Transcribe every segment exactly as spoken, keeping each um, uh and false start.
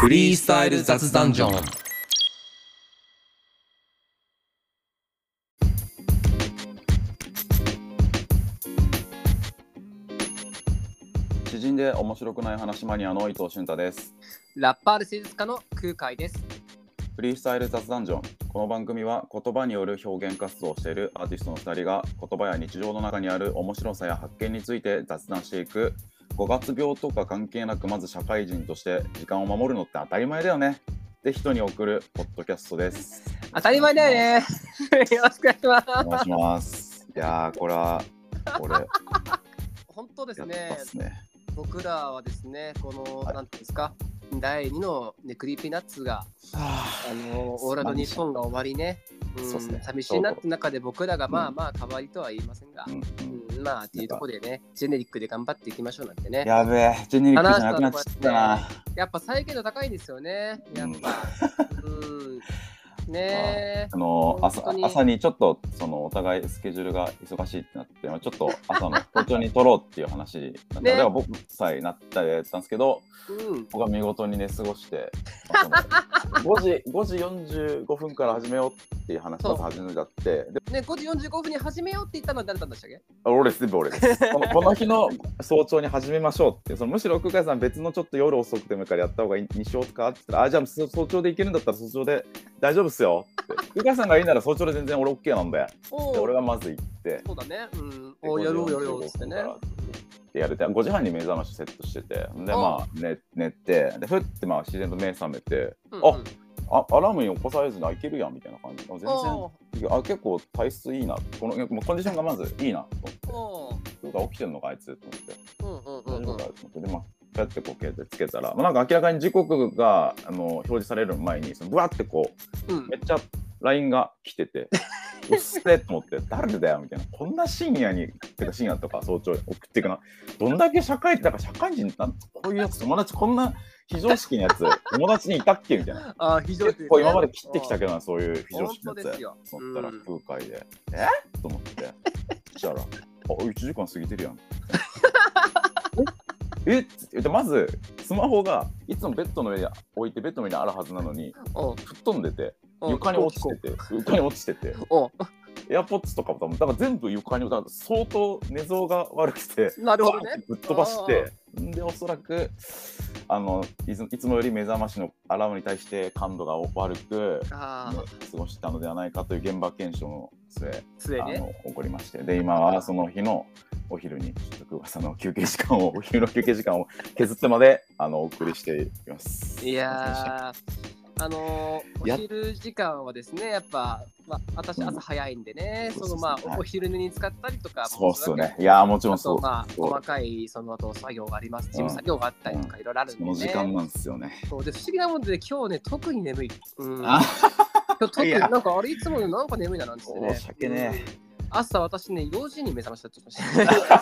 フリースタイル雑談ジョン。 知人で面白くない話マニアの伊藤俊太です。 ラッパーで施術家の空海です。 フリースタイル雑談ジョン。この番組は言葉による表現活動をしているアーティストのふたりが言葉や日常の中にある面白さや発見について雑談していく。ごがつ病とか関係なく、まず社会人として時間を守るのって当たり前だよねって人に送るポッドキャストです。 当たり前だよね。よろしくお願いします。 お願いします。いやーこれはこれ本当ですやっね。 たっすね。 僕らはですね、この、 はい、 なんていうんですか、だいにの、ね、クリーピーナッツが、あのオーラド日本が終わりね、うん、そうですね、寂しいなって中で僕らがまあまあ代わりとは言いませんが、うんうん、まあっていうところでね、ジェネリックで頑張っていきましょうなんてね。 やべえ、ジェネリックじゃなくなっちゃったな。 ね、やっぱ再現度高いんですよね。やっぱ、うん、うんね、 あの 朝, 朝にちょっとそのお互いスケジュールが忙しいってなって、ちょっと朝の早朝に撮ろうっていう話になった、ね、だから僕さえなったやったんですけど、うん、僕は見事に寝過ごして、まあ、ごじよんじゅうごふんから始めようっていう話を始めちゃって、 ね、ごじよんじゅうごふんに始めようって言ったのは誰だったんでしたっけ？ 俺です、俺ですこの。この日の早朝に始めましょうって、そのむしろ空海さん別のちょっと夜遅くてもいいからやった方がいいにしようかって言ったら、あ、じゃあ早朝でいけるんだったら早朝で大丈夫っすよって。空海さんがいいなら早朝で全然俺 OK なんで、で俺がまず行って、 そうだね、うん、おやろうやろうっつってね。 でやるてごじはんに目覚ましセットしてて、でまあ 寝, 寝て、でふってまあ自然と目覚めて、うんうん、ああアラームに起こされずにいけるやんみたいな感じ。全然あ結構体質いいな、このコンディションがまずいいなと思って、空海起きてんのかあいつと思って、大丈夫かと思って、でまあペッてこう携帯つけたら、まあ、なんか明らかに時刻があの表示される前にそのブワってこう、うん、めっちゃ ライン が来ててうっせえと思って、誰だよみたいな、こんな深夜にてか深夜とか早朝送っていくな、どんだけ社会だから社会人なんこういうやつ友達こんな非常識なやつ友達にいたっけみたいな。 あ非常識、ね、 結構今まで切ってきたけどな、そういう非常識なやつそったら空海で、うん、えと思ってそしたらあいちじかん過ぎてるやんえっまずスマホがいつもベッドの上に置いてベッドの上にあるはずなのに吹っ飛んでて床に落ちてて床に落ちててエアポッツとかも多分だから全部床に、だから相当寝相が悪くて、 なるほどね、 ぶっ飛ばして、でおそらくあのいつ、いつもより目覚ましのアラームに対して感度が悪く過ごしたのではないかという現場検証の末、末、ね、あの起こりまして、で今はその日のお昼にちょっと空海さんの休憩時間をお昼の休憩時間を削ってまであのお送りしています。 いやあのー、お昼時間はですね、やっぱ、まあ、私朝早いんでね、うん、そのまあ、はい、お昼寝に使ったりとか、 そうっすよね。いやもちろんそう。 まあ、細かいその後作業があります。事務作業があったりとかいろいろあるんで、ね、 その時間なんですよね。 そうで不思議なもんで今日ね特に眠い。うん。今日特になんかあれいつもよりなんか眠いななんてね。 申し訳ね。 朝私ねよじに目覚ましたって言ってました。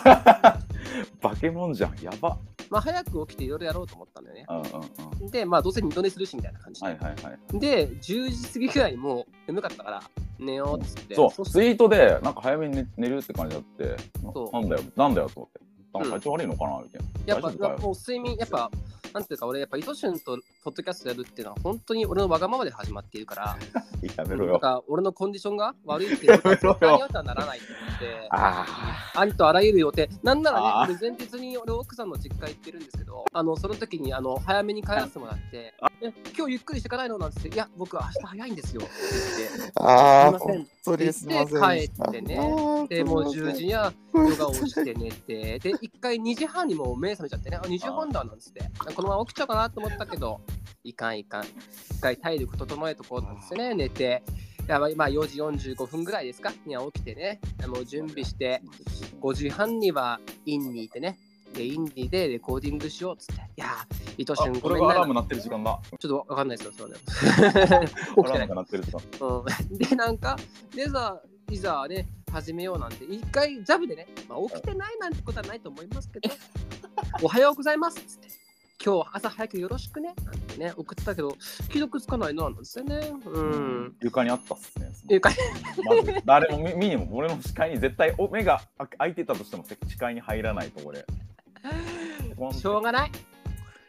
化け物じゃん、やば。 まあ早く起きていろいろやろうと思ったんだよね。 うんうんうん、 でまあどうせ二度寝するしみたいな感じで、 はいはいはい、 でじゅうじ過ぎくらいもう眠かったから寝ようっつって、 そうそうツイートでなんか早めに 寝, 寝るって感じだって、なんだよなんだよと思って、なんか体調悪いのかなみたいな、 やっぱもう睡眠やっぱなんていうか俺やっぱ伊藤俊とポッドキャストやるっていうのは本当に俺のわがままで始まっているからやめろよ、 なんか俺のコンディションが悪いっていうことはならないと思ってあありとあらゆる予定なんならね、俺前日に俺奥さんの実家行ってるんですけど、あのその時にあの早めに帰らせてもらってえ今日ゆっくりしてかないのなんて言って、いや僕明日早いんですよって言って、 ああすいませんって言って帰ってね、でもうじゅうじにはヨガをして寝て、で一回にじはんにもう目覚めちゃってね、あにじはんだなんつってこのまま起きちゃうかなと思ったけど、いかんいかん一回体力整えとこうなんですね、寝て、やばいまあよじよんじゅうごふんぐらいですかには起きてね、もう準備してごじはんにはインにいてね、でインディでレコーディングしようっつって、いやー伊藤俊ごめんな、アラーム鳴ってる時間だ、 ちょっとわかんないですよそれで起きてないか鳴ってる時間、 うん、でなんかでさいざね始めようなんて一回ジャブでね、まあ、起きてないなんてことはないと思いますけどおはようございますっつって、今日朝早くよろしくねなんてね送ってたけど既読つかないななんですよね。うん、うん、 床にあったっすね。 床にまず誰も見にも俺の視界に絶対目が開いてたとしても視界に入らないところでしょうがない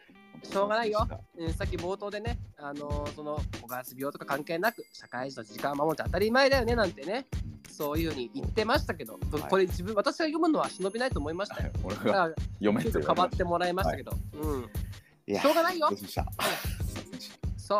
しょうがないよ。うん、さっき冒頭でね、あのー、そのごがつ病とか関係なく社会人の時間を守って当たり前だよねなんてね、そういうふうに言ってましたけど、はい、これ自分私が読むのは忍びないと思いましたよ。 俺が読めて変わってもらいましたけど、はい、うん、いやしょうがないよ。そう、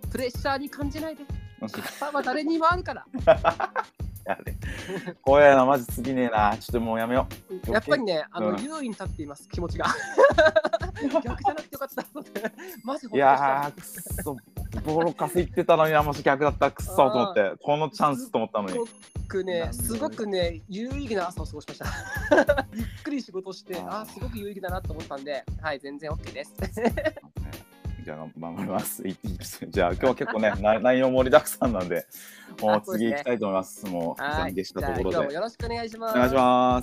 プレッシャーに感じないで。失敗は誰にもあるから。 やれ怖いな、マジ次ねえな。ちょっともうやめよう。やっぱりね、あの、うん、優位に立っています、気持ちが。逆じゃなくてよかったと思って。マジほっとした。いやー、くっそ。ボロカス言ってたのに、もし逆だったらくっそと思って、このチャンスと思ったのに。 すごくね、すごくね、有意義な朝を過ごしました。ゆっくり仕事して、あー、すごく有意義だなと思ったんで、はい、全然 OK です。 じゃあ頑張ります。じゃあ今日は結構ね内容盛りだくさんなんで、もう次行きたいと思います。もう残念したところで。 今日もよろしくお願いします。 お願いします。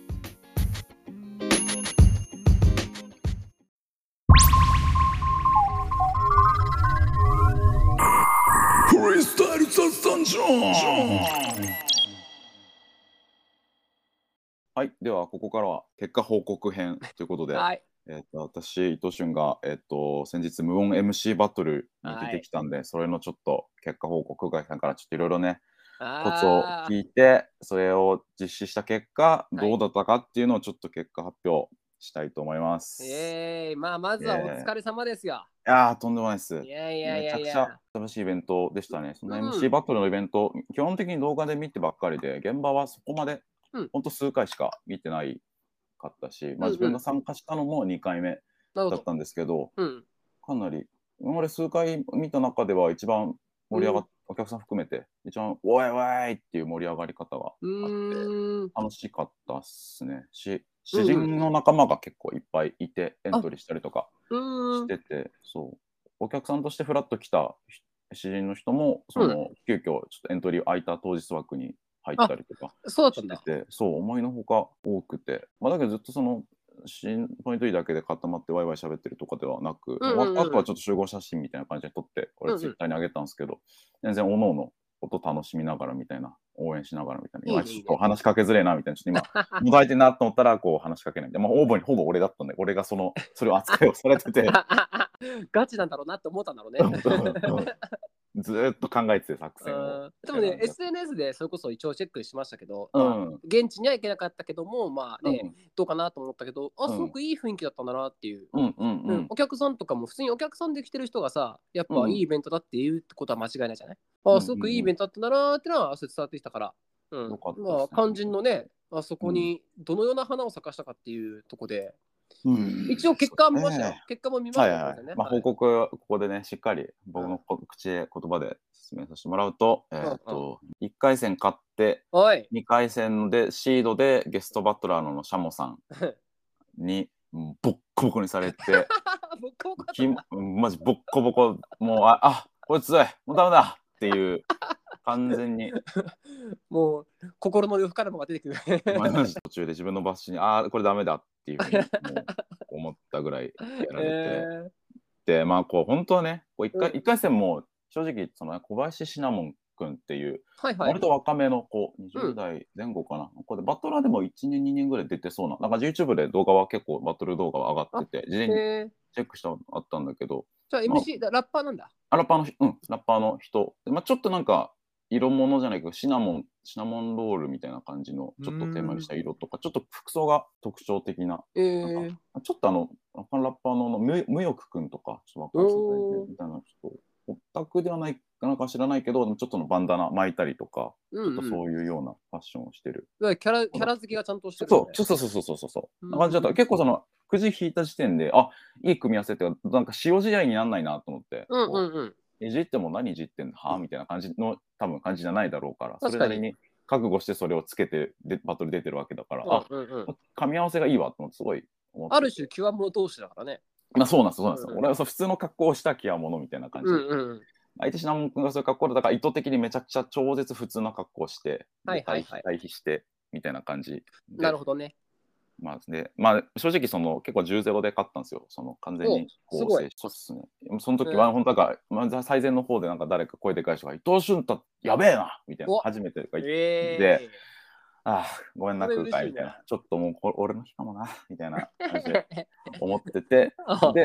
フリースタイル雑談ジョン。はい、ではここからは結果報告編ということで。はい。えー、と私、伊藤俊が、えー、と先日無音 エムシー バトルに出てきたんで、はい、それのちょっと結果報告がさんからちょっといろいろねコツを聞いて、それを実施した結果どうだったかっていうのをちょっと結果発表したいと思います。 はい、えー、まあまずはお疲れ様ですよ。 えー、いやーとんでもないです。 いやいやいやいやめちゃくちゃ楽しいイベントでしたね。その エムシー バトルのイベント、うん、基本的に動画で見てばっかりで、現場はそこまで、うん、ほんと数回しか見てないかったし、まあ、自分が参加したのもにかいめだったんですけど、うん、かなり今まで数回見た中では一番盛り上がっ、うん、お客さん含めて一番おいおいっていう盛り上がり方があって楽しかったっすね。し詩人の仲間が結構いっぱいいてエントリーしたりとかしてて、そうお客さんとしてフラッと来た詩人の人もその、うん、急遽ちょっとエントリー空いた当日枠に入ったりとかしてて、そう思いのほか多くて、まあ、だけどずっとその新ポイントいいだけで固まってワイワイ喋ってるとかではなく、うんうんうん、あとはちょっと集合写真みたいな感じで撮ってこれツイッターに上げたんですけど、うんうん、全然おのおの音楽しみながらみたいな、応援しながらみたいな、今ちょっと話しかけづれえなみたいな、ちょっと今もだえてんなと思ったらこう話しかけないみたいな、まあ、応募にほぼ俺だったんで、俺がそのそれを扱いをされててガチなんだろうなって思ったんだろうねずーっと考えてて作戦を。 でもね エスエヌエス でそれこそ一応チェックしましたけど、うんまあ、現地には行けなかったけどもまあね、うん、どうかなと思ったけど、あすごくいい雰囲気だったんだなっていう、うんうんうんうん、お客さんとかも普通にお客さんで来てる人がさやっぱいいイベントだっていうってことは間違いないじゃない、うん、あすごくいいイベントだったんだなってのは伝わってきたから、うんね、まあ肝心のねあそこにどのような花を咲かしたかっていうとこで、うん、一応結果は見ましたよ、えー、結果も見ましたよ、ね、はいはい、 まあ、報告ここでねしっかり僕の口で言葉で説明させてもらうと、うん、えー、っと、うん、いっかい戦勝ってにかい戦でシードでゲストバトラーのシャモさんにボッコボコにされてボッコボコきマジボッコボコもうああこいつもうダメだっていう完全にもう心の呂布からもが出てくる途中で自分のバッシュにああこれダメだっていうふうに思ったぐらいやられて、えー、でまあこう本当はねこう 1, 回、うん、いっかい戦も正直その小林シナモン君っていう、はいはい、割と若めの子にじゅう代前後かな、うん、これバトラーでもいちねんにねんぐらい出てそうななんか YouTube で動画は結構バトル動画は上がってて事前にチェックしたのあったんだけど、 じゃあ エムシー、まあ、ラッパーなんだあラッパーのうんラッパーの人、まあ、ちょっとなんか色物じゃないけどシナモンシナモンロールみたいな感じのちょっとテーマにした色とかちょっと服装が特徴的な、えー、なんかちょっとあの他のラッパーの無無欲くんとかちょっと分かるみたいな人オタクではないかなんか知らないけどちょっとのバンダナ巻いたりとか、うんうん、ちょっとそういうようなファッションをしてるキャラキャラ付きがちゃんとしてる、 ね、そうそうそうそうそうそうそうな感じだった。結構そのくじ引いた時点であいい組み合わせっていうかなんか塩試合にならないなと思って、うんうんうんいじっても何いじってんのはみたいな感じの多分感じじゃないだろうからそれなりに覚悟してそれをつけてでバトル出てるわけだから、うんうんうん、あ噛み合わせがいいわと思ってすごい思ってある種極物同士だからね。 まあそうなんですそうなんですよ、うんうん、俺は普通の格好をした極物みたいな感じ、うんうん、相手シナモン君がそういう格好でだから意図的にめちゃくちゃ超絶普通な格好をして、はいはいはい、対比してみたいな感じでなるほどね。 まあでまあ、正直その結構 じゅうたいゼロ で勝ったんですよ。その完全に構成そうですね。その時は本当なんか、まあ、最前の方でなんか誰か声でかい人が伊藤俊太やべえなみたいな初めてが言って、えー、ああごめんな空海みたいなちょっともうこれ俺の日かもなみたいな感じで思っててで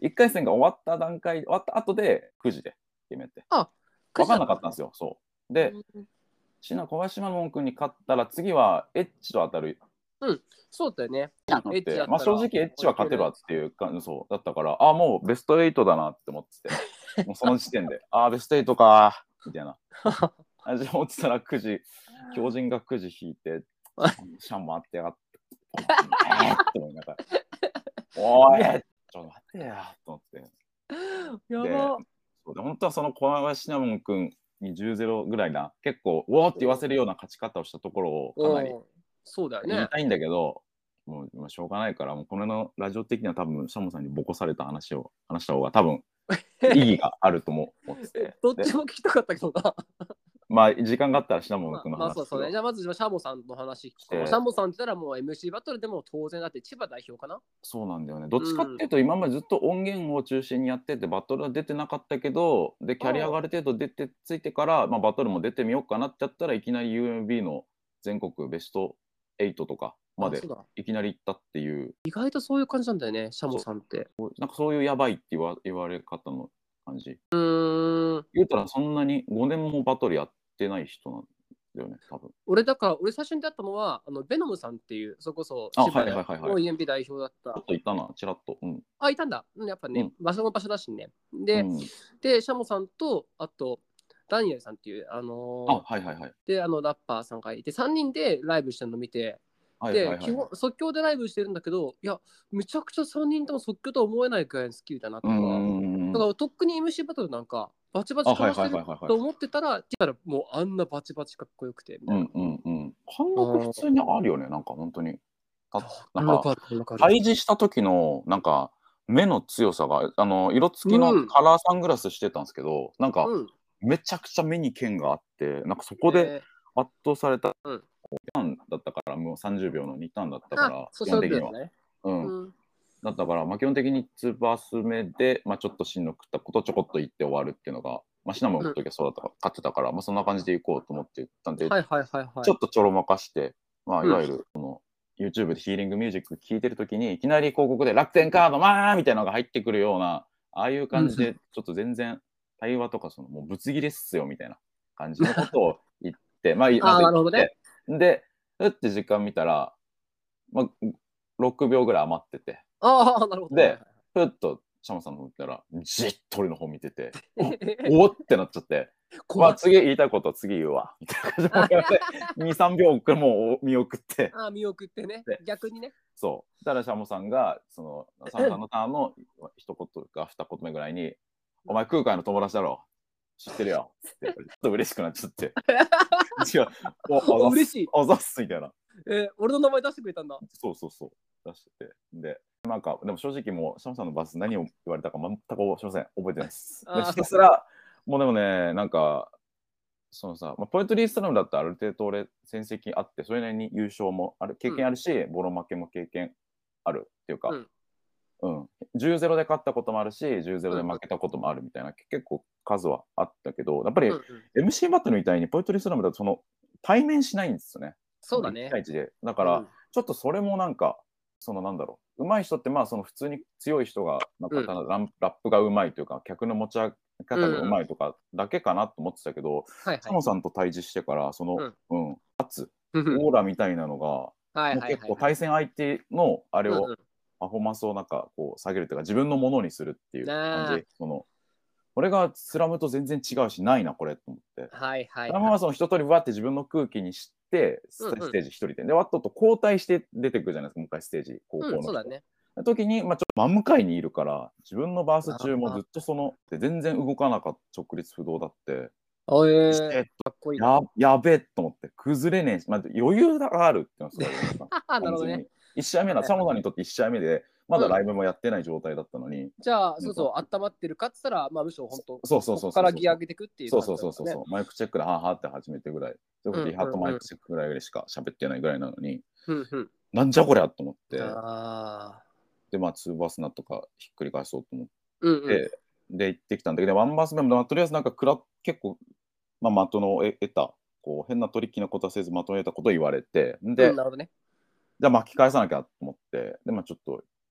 いっかい戦が終わった段階、終わった後でくじで決めて。 あ、 分かんなかったんですよ。そう。で、シナ小林マモン君に勝ったら次はエッチと当たる。 うん、そうだよね。 エッチまあ正直エッチは勝てるわっていう感じそうだったから、あ、もうベストエイトだなって思ってて、もうその時点で、あ、ベストエイトかみたいな。あ、じゃあ思ってたらくじ、強靭がくじ引いて、シャン回ってやがって、えーって思いながら、おい、ちょっと待ってよと思って。 やば。 で、そうで本当はその小林シナモン君にじゅうたいゼロぐらいな、結構、うおーって言わせるような勝ち方をしたところをかなりそうだよね。 言いたいんだけど、もう今しょうがないから、もうこれのラジオ的には多分、シャモさんにボコされた話を話した方が多分、意義があると思ってて。 どっちも聞きたかったけどな。 まあ、時間があったらシナモン君の話、 まあ、まあそうそうね。じゃあまずシャモさんの話して、シャモさんって言ったらもう エムシー バトルでも当然だって千葉代表かな。 そうなんだよね。どっちかっていうと、今までずっと音源を中心にやってて、バトルは出てなかったけど、で、キャリアがある程度出てついてから、まあ、バトルも出てみようかなってやったらいきなり ユーエムビー の全国ベストはちとかまでいきなり行ったっていう。 意外とそういう感じなんだよね、シャモさんって。 なんかそういうやばいって言わ言われ方の感じ。 うーん。 言うたらそんなにごねんもバトルやってない人なんだよね、多分。 俺だから、俺最初に出会ったのは、あのベノムさんっていう、それこそ千葉の ユーエムビー 代表だった。 ちょっといたな、ちらっと。うん、 あ、いたんだ。やっぱね、うん、場所の場所だしね。で、うん、で、シャモさんと、あと、ダニエルさんっていう、あのー、 あ、はいはいはい。 で、あの、ラッパーさんがいて、さんにんでライブしてるのを見て、で、基本、即興でライブしてるんだけど、いや、めちゃくちゃさんにんとも即興とは思えないくらいのスキルだなとか、だから、とっくに エムシー バトルなんか、バチバチかましてると思ってたら、もうあんなバチバチかっこよくて。 うんうんうん。感覚普通にあるよね、なんか本当に。なんか、対峙した時の、なんか、目の強さが、あの、色付きのカラーサングラスしてたんですけど、なんか、めちゃくちゃ目に剣があって、なんかそこで圧倒された。にターンだったから、もうさんじゅうびょうのにターンだったから、基本的には。うん。だったから、まあ、基本的ににバース目で、まあ、ちょっと芯の食ったことちょこっと言って終わるっていうのが、まあ、シナモンの時はそうだったから、勝ってたから、まあ、そんな感じでいこうと思って言ったんで、ちょっとちょろまかして、まあ、いわゆる、その、YouTube でヒーリングミュージック聴いてるときに、いきなり広告で楽天カード、まあみたいなのが入ってくるような、ああいう感じで、ちょっと全然、対話とか、その、もうぶつ切れっすよ、みたいな感じのことを言って、まあ、 あなるほどね。 で、ふって時間見たら、まあ、ろくびょうぐらい余ってて、 ああ、なるほど。 で、ふっとシャモさんの方見たら、じっと俺の方見てて、おおってなっちゃって、まあ次言いたいことは次言うわ、みたいな感じで、に、さんびょうくらいもう見送って。 ああ、見送ってね。逆にね。 そう。だからシャモさんが、その、シャモさんのターンの一言か二言目ぐらいに、お前空海の友達だろ。知ってるよ。ってちょっと嬉しくなっちゃって。違う。 お、嬉しい。 あざっすみたいな。 えー、俺の名前出してくれたんだ。 そうそうそう。出してて。で、なんか、でも正直もう、シャモさんのバス何を言われたか全くすみません。覚えてないです。でひたすら、もうでもね、なんか、そのさ、まあ、ポエトリースラムだったらある程度俺、戦績あって、それなりに優勝もある、経験あるし、うん、ボロ負けも経験あるっていうか、うんうん、じゅうたいゼロで勝ったこともあるし、じゅうたいゼロで負けたこともあるみたいな、うん、結構数はあったけど、やっぱり エムシー バトルみたいにポエトリースラムだとその対面しないんですよね。 そうだね。 いち対いちで。だから、うん、ちょっとそれもなんか、そのなんだろう、上手い人ってまあその普通に強い人がなんかただラン、うん、ラップが上手いというか、客の持ち上げ方が上手いとかだけかなと思ってたけど、シャモさんと対峙してからその、うん、勝つオーラみたいなのが、もう結構対戦相手のあれを、うんうん、パフォーマンスをなんかこう下げるというか自分のものにするっていう感じ。そのこれがスラムと全然違うしないなこれと思って。 はいはいはい、 スラムはその一通りわって自分の空気にしてステージ一人で、うんうん、でワットと交代して出てくるじゃないですか、もう一回ステージ高校の人、うん、そうだね。時に、まあ、ちょっと真向かいにいるから自分のバース中もずっとその全然動かなかった直立不動だって。 えー、かっこいいや, やべえと思って崩れねえし、まあ、余裕があるっていうのはすごいなるほどね。 いち試合目な、シャモさんにとっていち試合目でまだライブもやってない状態だったのに、うん、 じゃあそうそう温まってるかっつったら、まあ、むしろ本当そうそうそうそうからギア上げていくっていう、 ね、そうそうそうそうマイクチェックではーはーって始めてぐらい、それこそリハとマイクチェックぐらいしか喋ってないぐらいなのに、うんうん、なんじゃこりゃと思って、あでまあツーバースナットかひっくり返そうと思って、うんうん、で行ってきたんだけど、ワンバース目もとりあえずなんかクラ結構、まあ、的の得たこう変なトリッキーなことはせずまとめたことを言われて、で、うん、なるほどね、じゃあ巻き返さなきゃと思って、でまあちょっと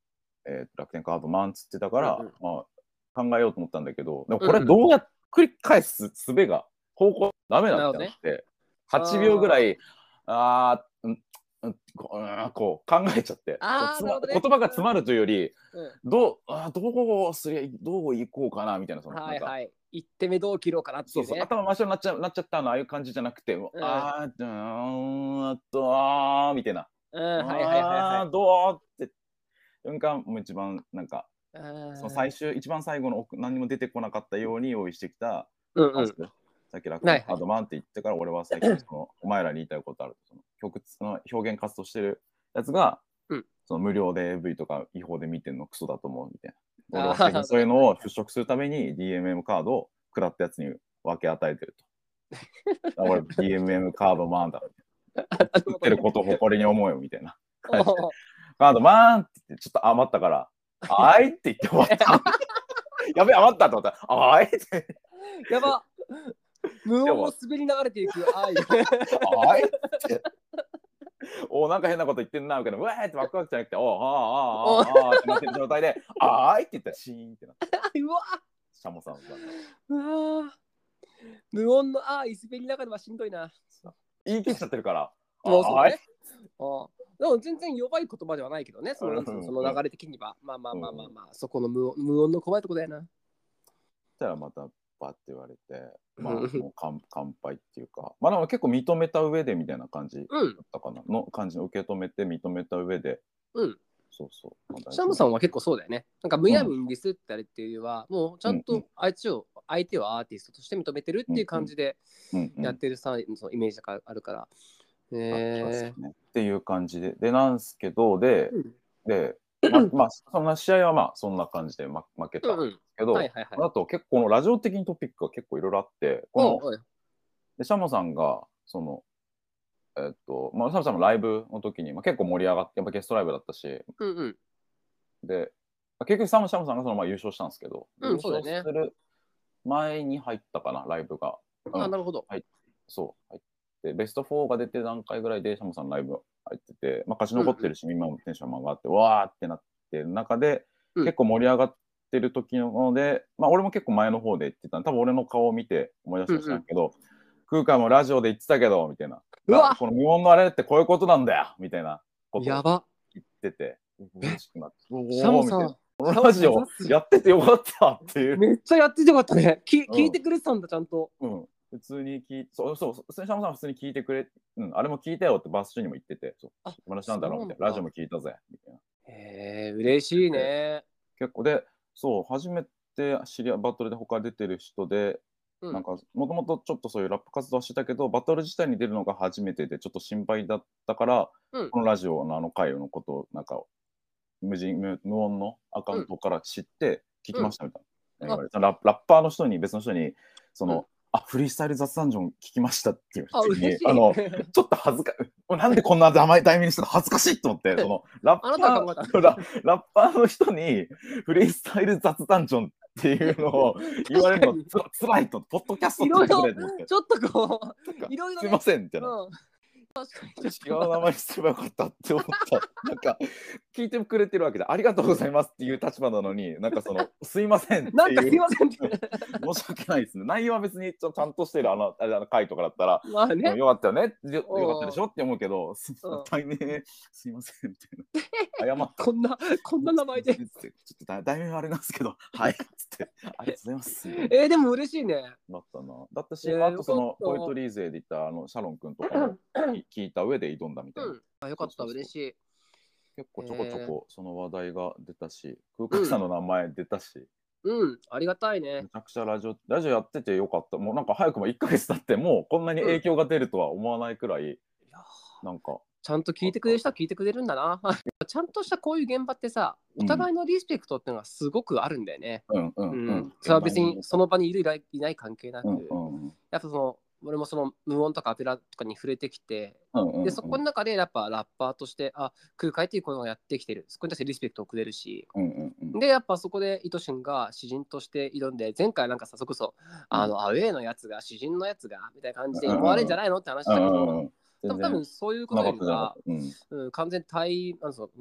えー、楽天カードマンっつってたから、 うんうん、 まあ、考えようと思ったんだけど、でもこれどうやって繰り返す術が方向ダメだってなって、ね、はちびょうぐらいあー、うんうん、こう考えちゃって、 あ、 ま、言葉が詰まるというより、うん、どうあどうすりゃどういこうかなみたいな、そのはいはい、一手目どう切ろうかなっていう、ね、 そうそう、頭真っ白になっちゃなっちゃったのああいう感じじゃなくて、うん、あーうーんとあーみたいな、 うん、はいはいはいはい、 どうって瞬間もう一番なんかその最終一番最後の何も出てこなかったように用意してきた、 うんうん、 さっき楽天カードマンって言ってから、俺は最近そのお前らに言いたいことある、その曲その表現活動してるやつが、うん、その無料で エーブイ とか違法で見てんのクソだと思うみたいな。俺は最近そういうのを払拭するために ディーエムエム カードを食らったやつに分け与えてると。俺 ディーエムエム カードマンだ。作ってることを誇りに思うよみたいな。カードマンって言ってちょっと余ったから、あいって言って終わった。やべえ、余ったと思ったら、あいって。 やば。無音も滑り流れていく。あい。 あいって。おなんか変なこと言ってんなみたいな、うわーってワクワクじゃなくて、おああああああってなってる状態で、あーいって言ったらシーンってなって。 うわシャモさんが。 うわ無音のあーい滑り流れはしんどいな。 言い切っちゃってるから。 ああ、ね、あでも全然弱い言葉ではないけどね、そのその流れ的には。まあまあまあまあまあ、そこの無音無音の怖いとこだよな。そしたらまたバッて言われて、まあもう乾杯っていうか、まあでも結構認めた上でみたいな感じだったかな、うん、の感じの受け止めて認めた上で、 うん、 そうそう。 シャムさんは結構そうだよね。なんかむやみにディスったりっていうよりは、うん、もうちゃんと相手を、相手をアーティストとして認めてるっていう感じでやってるさ、そのイメージがあるから。 えー、っていう感じで、でなんすけど、で、うん、で、ま、まあ、そんな試合はまあそんな感じで、ま、負けたんですけど、あと結構のラジオ的にトピックが結構いろいろあって、このでシャモさんがそのえっとまあシャモさんのライブの時に、まあ、結構盛り上がってやっぱゲストライブだったし、うんうん、で結局シャモさんがそのまま優勝したんですけど、 うん、そうだね、 優勝する前に入ったかなライブが。 うん、あなるほど。 はい、そう入ってベストフォーが出て何回ぐらいでシャモさんライブ入ってて、まあ、勝ち残ってるし、うんうん、みんなもテンション上がってわーってなってる中で、うん、結構盛り上がってる時ので、まあ、俺も結構前の方で言ってた多分俺の顔を見て思い出したんだけど、うんうん、空海もラジオで言ってたけどみたいな、この無音のあれってこういうことなんだよみたいなことを言ってて嬉しくなって、 シャモさんこのラジオやっててよかったっていう。 めっちゃやっててよかったね。き、うん、聞いてくれてたんだちゃんと。 うん。普通に聞いそうそうシャモさん普通に聞いてくれ、うん、あれも聞いたよってバス中にも言ってて、そう友達なんだろうみたいな、ラジオも聞いたぜみたいな。 へえ嬉しいね。 結構でそう初めて知り合いバトルで他出てる人で、うん、なんかもともとちょっとそういうラップ活動してたけどバトル自体に出るのが初めてでちょっと心配だったから、うん、このラジオのあの回のことをなんか無人 無, 無音のアカウントから知って聞きましたみたいな、うん、言われた ラ, ラッパーの人に別の人にその、うん、あフリースタイル雑談ジョン聞きましたっていう人に あ, あのちょっと恥ずかなんでこんな甘い題名にしたの恥ずかしいと思ってそのラッパーラ, ラッパーの人にフリースタイル雑談ジョンっていうのを言われるのつつらいとポッドキャストって言ってくれと思ってちょっとこういろいろ、 ね、すいませんみたいな、うん確かに違う名前にすればよかったって思ったなんか聞いてくれてるわけでありがとうございますっていう立場なのになんかそのすいませんっていうなんかすいませんって申し訳ないですね内容は別にちょっとちゃんとしてるあのあの回とかだったら、 まあね、 よかったよねよかったでしょって思うけど題名すいませんみたいな謝ったこんなこんな名前でちょっと題名はあれなんですけどはいっつってありがとうございますえー、でも嬉しいねだったなだったし、えー、あとそのポエトリー勢で言ったあのシャロン君とかも聞いた上で挑んだみたいな、うん、 あよかった嬉しい結構ちょこちょこその話題が出たし、空海さんの名前出たし、 うん、うん、ありがたいねめちゃくちゃラジオラジオやっててよかったもうなんか早くもいっかげつ経ってもうこんなに影響が出るとは思わないくらい、うん、なんかちゃんと聞いてくれる人は聞いてくれるんだなちゃんとしたこういう現場ってさお互いのリスペクトっていうのがすごくあるんだよねうんうんうん、うん、 それは別にその場にいるいない関係なく、うんうん、やっぱその俺もその無音とかアペラとかに触れてきて、うんうんうん、でそこの中でやっぱラッパーとしてあ空海っていうことをやってきてるそこに対してリスペクトをくれるし、うんうんうん、でやっぱそこでイトシンが詩人として挑んで前回なんかさそこそ、うん、あのアウェーのやつが詩人のやつがみたいな感じで思われるんじゃないのって話だけど、うんうんうん、多分そういうことよりは、うんうん、完全対あのその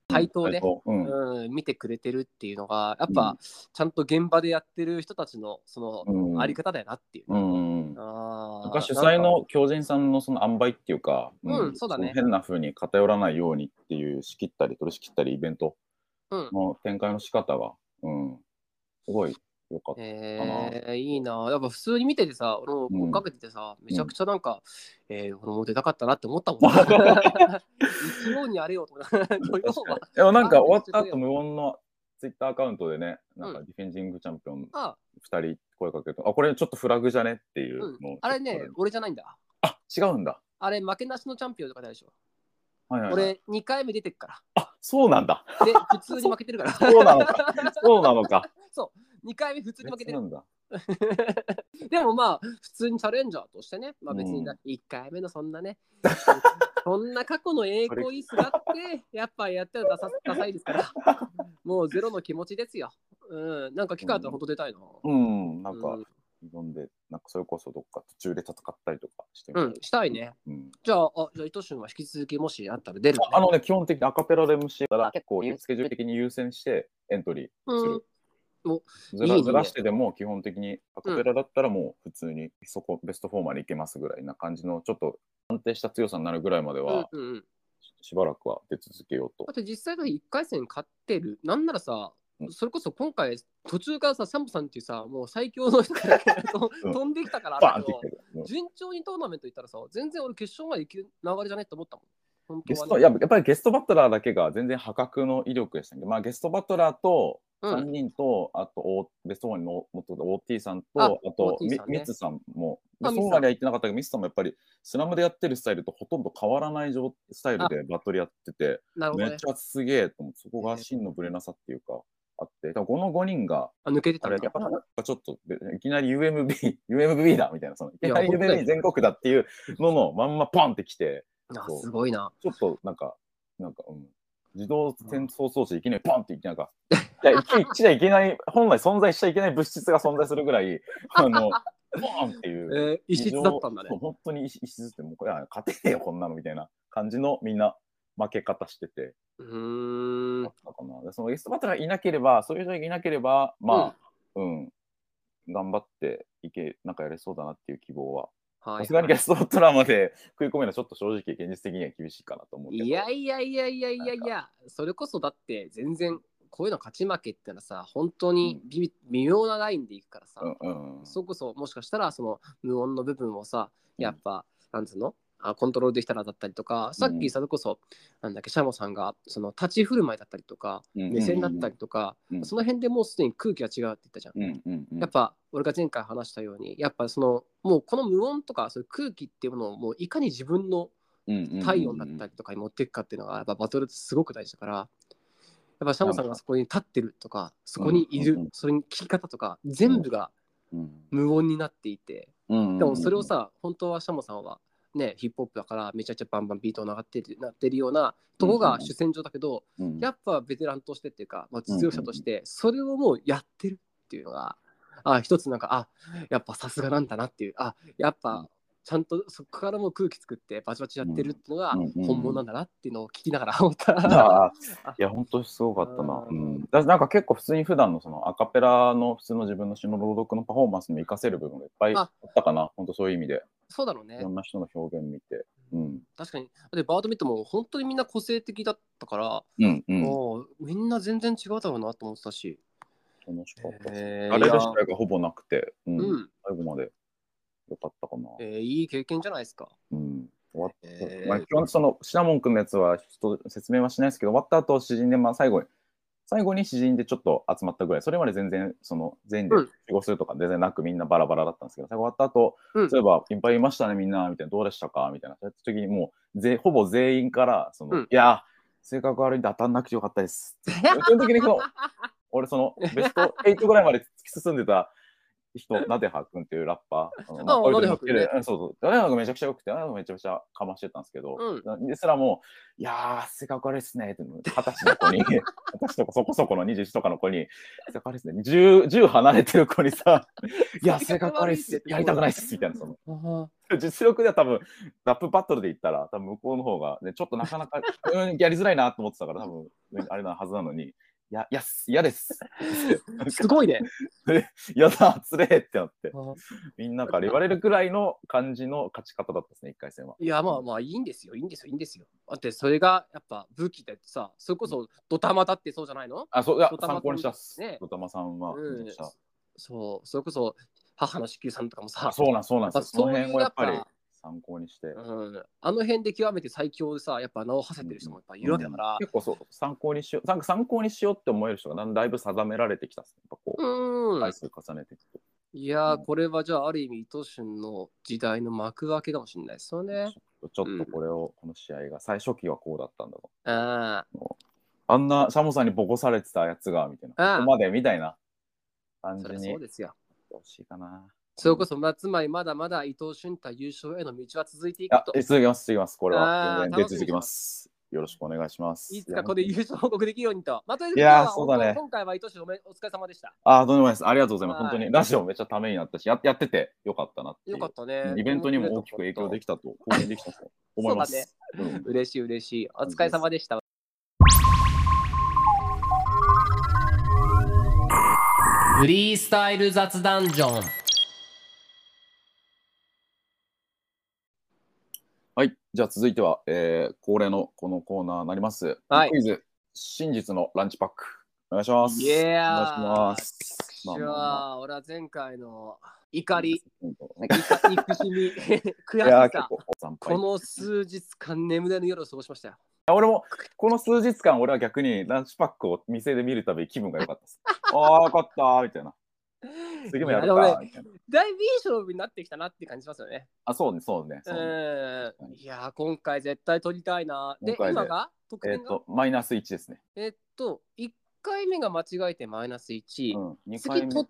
対等で、 うん、 うん、見てくれてるっていうのがやっぱ、うん、ちゃんと現場でやってる人たちのそのあり方だよなっていう、ね。 うんうん、あ主催の狂人さんのその塩梅っていうか、 うん、そうだね。 変な風に偏らないようにっていう仕切ったり取り仕切ったりイベントの展開の仕方が、うん、すごいよかったかな。 えー、いいな。やっぱ普通に見ててさ、俺も追っかけててさ、うん、めちゃくちゃなんか、うん、えー、俺も出たかったなって思ったもん。一応にあれよと思った。 でもなんか終わった後無音のツイッターアカウントでね、なんかディフェンディングチャンピオンふたり声かけると、うん、あ、これちょっとフラグじゃねっていうの、 うん、あれね、俺じゃないんだ。 あ、違うんだ。 あれ負けなしのチャンピオンとかでしょ。 はいはいはい、 俺にかいめ出てっから。 あ、そうなんだ。 で、普通に負けてるから。 そうなのか。そうなのか。 そう。にかいめ普通に負けてる。でもまあ普通にチャレンジャーとしてね、まあ別にいっかいめのそんなね、そんな過去の栄光いすがってやっぱやったらダサ、ダサいですから、もうゼロの気持ちですよ。うん、なんか機会あったら本当出たいな。 うん、うん、なんか挑んで、なんかそれこそどっか途中で戦ったりとかしてみたい。 うん、したいね。うん、じゃあ、あ、じゃあ伊藤俊は引き続きもしあったら出る、ね、 あのね、基本的にアカペラで エムシー から結構スケジュール的に優先してエントリーする。うんずらずらしてでも基本的にアカペラだったらもう普通にそこベストフォーまでいけますぐらいな感じのちょっと安定した強さになるぐらいまではしばらくは出続けようと。 だって実際いっかい戦勝ってる。なんならさ、それこそ今回途中からさサンボさんっていうさもう最強の人が飛んできたからあるけど、順調にトーナメント行ったらさ全然俺決勝まで行く流れじゃねって思ったもん。 ゲストやっぱりゲストバトラーだけが全然破格の威力でしたけど、まあ、ゲストバトラーとさんにんと、うん、あとベストワンの元 オーティー さんと あ, あとミッツさんもベストワンまでは行ってなかったけどミッツさんもやっぱりスラムでやってるスタイルとほとんど変わらないスタイルでバトルやってて、ね、めっちゃすげえと思って、そこが真のブレなさっていうかあって、このごにんがあ抜けてたんだ。 やっぱちょっといきなり ユーエムビー ユーエムビー だみたいな、そのいきなり ユーエムビー 全国だっていうののまんまポンってきて。 あすごいな。 ちょっとなんか、なんか、うん、自動転送装置いきなりポンっていきなんか、いや、生きちゃいけない、本来存在しちゃいけない物質が存在するぐらい、あの、ポンっていう。 えー、異質だったんだね。 本当に異質って、もうこれは勝てねえよ、こんなのみたいな感じのみんな負け方してて。 うーん。 かな。そのゲストバトラーがいなければ、そういう人がいなければ、まあ、うん、うん、頑張っていけ、なんかやれそうだなっていう希望は。さすがにゲストバトラーまで食い込めるのはちょっと正直現実的には厳しいかなと思うけど。 いやいやいやいやいやいや、それこそだって全然こういうの勝ち負けってのはさ、本当に微妙なラインでいくからさ、うんうん、そこそもしかしたらその無音の部分をさ、やっぱ、うん、なんつうのあコントロールできたらだったりとか、さっきそれこそ、なんだっけ、シャモさんがその立ち振る舞いだったりとか、目線だったりとか、うんうんうん、その辺でもうすでに空気が違うって言ったじゃん。うんうんうん、やっぱ俺が前回話したように、やっぱそのもうこの無音とかそういう空気っていうものをもういかに自分の体温だったりとかに持っていくかっていうのがやっぱバトルってすごく大事だから、やっぱシャモさんがそこに立ってるとか、そこにいる、うんうんうん、それに聞き方とか全部が無音になっていて、うんうんうん、でもそれをさ、本当はシャモさんはね、ヒップホップだからめちゃくちゃバンバンビートを流ってるなってるようなとこが主戦場だけど、うんうん、やっぱベテランとしてっていうか、まあ、実力者としてそれをもうやってるっていうのが、あ一つなんかあやっぱさすがなんだなっていう、あやっぱちゃんとそこからも空気作ってバチバチやってるっていうのが本物なんだなっていうのを聞きながら思った、うんうんうん、 いや本当にすごかったな、うん、だなんか結構普通に普段のそのアカペラの普通の自分の詩の朗読のパフォーマンスにも活かせる部分がいっぱいあったかな、本当そういう意味で。 そうだろうね。 いろんな人の表現見て、うん、 確かに。でバードミットも本当にみんな個性的だったから、 うんうん、 もうみんな全然違うだろうなと思ってたし、 楽しかった。えー、あれでしたがほぼなくて、うんうん、最後までよかったかな。 えー、いい経験じゃないですか。 うん、終わった、えーまあ、基本そのシナモン君のやつはちょっと説明はしないですけど、終わった後詩人でまあ最後に最後に詩人でちょっと集まったぐらい、それまで全然その全員で過ごするとか全然なくみんなバラバラだったんですけど、最後終わった後、うん、そういえばいっぱいいましたねみんなみたいな、どうでしたかみたいな、そういった時にもうぜほぼ全員からその、うん、いや性格悪いんで当たんなくてよかったです基本的にこの俺そのベストはちぐらいまで突き進んでた人、なではくんっていうラッパー。 ああ、なではくんね。 そうそう。なではくんめちゃくちゃ良くて、なではくんめちゃくちゃかましてたんですけど、うん、ですらも、いやー、性格悪いっすねって、はたちの子に、はたちとかそこそこのにじゅういちとかの子に、性格悪いっすね。じゅう、じゅう離れてる子にさ、いや、性格悪いっす、やりたくないっす、みたいな。その実力では多分、ラップバトルで言ったら、多分向こうの方が、ね、ちょっとなかなか、うん、やりづらいなと思ってたから、多分、あれなはずなのに、いや、いや、嫌です。 すごいね。 やだ、つれえってなって、みんなから言われるくらいの感じの勝ち方だったですね、いっかい戦は。 いや、まあまあ、いいんですよ、いいんですよ、いいんですよ。だって、それがやっぱ武器だってさ、それこそドタマだってそうじゃないの？ あ、そう、いや、参考にしたっす。ドタマさんは。 そう、それこそ母の子宮さんとかもさ、 そうなん、そうなんですよ。その辺をやっぱり参考にして、 うん、あの辺で極めて最強でさ、やっぱ名を馳せてる人もやっぱいるわけだから、うん、 結構そう参考にしよう、なんか参考にしようって思える人がだいぶ定められてきたっす、やっぱこう、うん、回数重ねていくと。 いやー、うん、これはじゃあある意味伊藤俊の時代の幕開けかもしれないですよね。 ちょっとこれを、うん、この試合が最初期はこうだったんだと。 ああんなシャモさんにボコされてたやつがみたいな、ここまでみたいな感じに。 そうですよ。 どうしいかな。 それこそ、まあ、つまりまだまだ伊藤俊太優勝への道は続いていくと。 続きます、続きます。これは全然出続きます。よろしくお願いします。 いつかここで優勝報告できるようにと。まあ、といういや、そうだね。 今回は伊藤俊お疲れ様でした。 あ、どうでもないです。ありがとうございます。本当にラジオめっちゃためになったし、や, やっててよかったなっていう。 よかったね。 イベントにも大きく影響できたと、貢献できたと思います。 そうだね。うん、嬉しい嬉しい。お疲れ様でした。 フリースタイル雑談ジョン。 はい、じゃあ続いては、えー、恒例のこのコーナーになります。はい、クイズ、真実のランチパック。お願いします。 いやー、お願いします。 まあまあまあ、俺は前回の怒り、憎しみ、悔しさ、この数日間眠れぬ夜を過ごしましたよ。 俺もこの数日間、俺は逆にランチパックを店で見るたび気分が良かったです。ああ、よかったーみたいな。次もやるかみたいな。 だいぶいい勝負になってきたなって感じしますよね。 あ、そうね、そうね。 うん。いやー、今回絶対取りたいな。で、今が得点が、 えっと、マイナスいちですね。 えっと、いっかいめが間違えてマイナスいち。 うん、にかいめ次取って、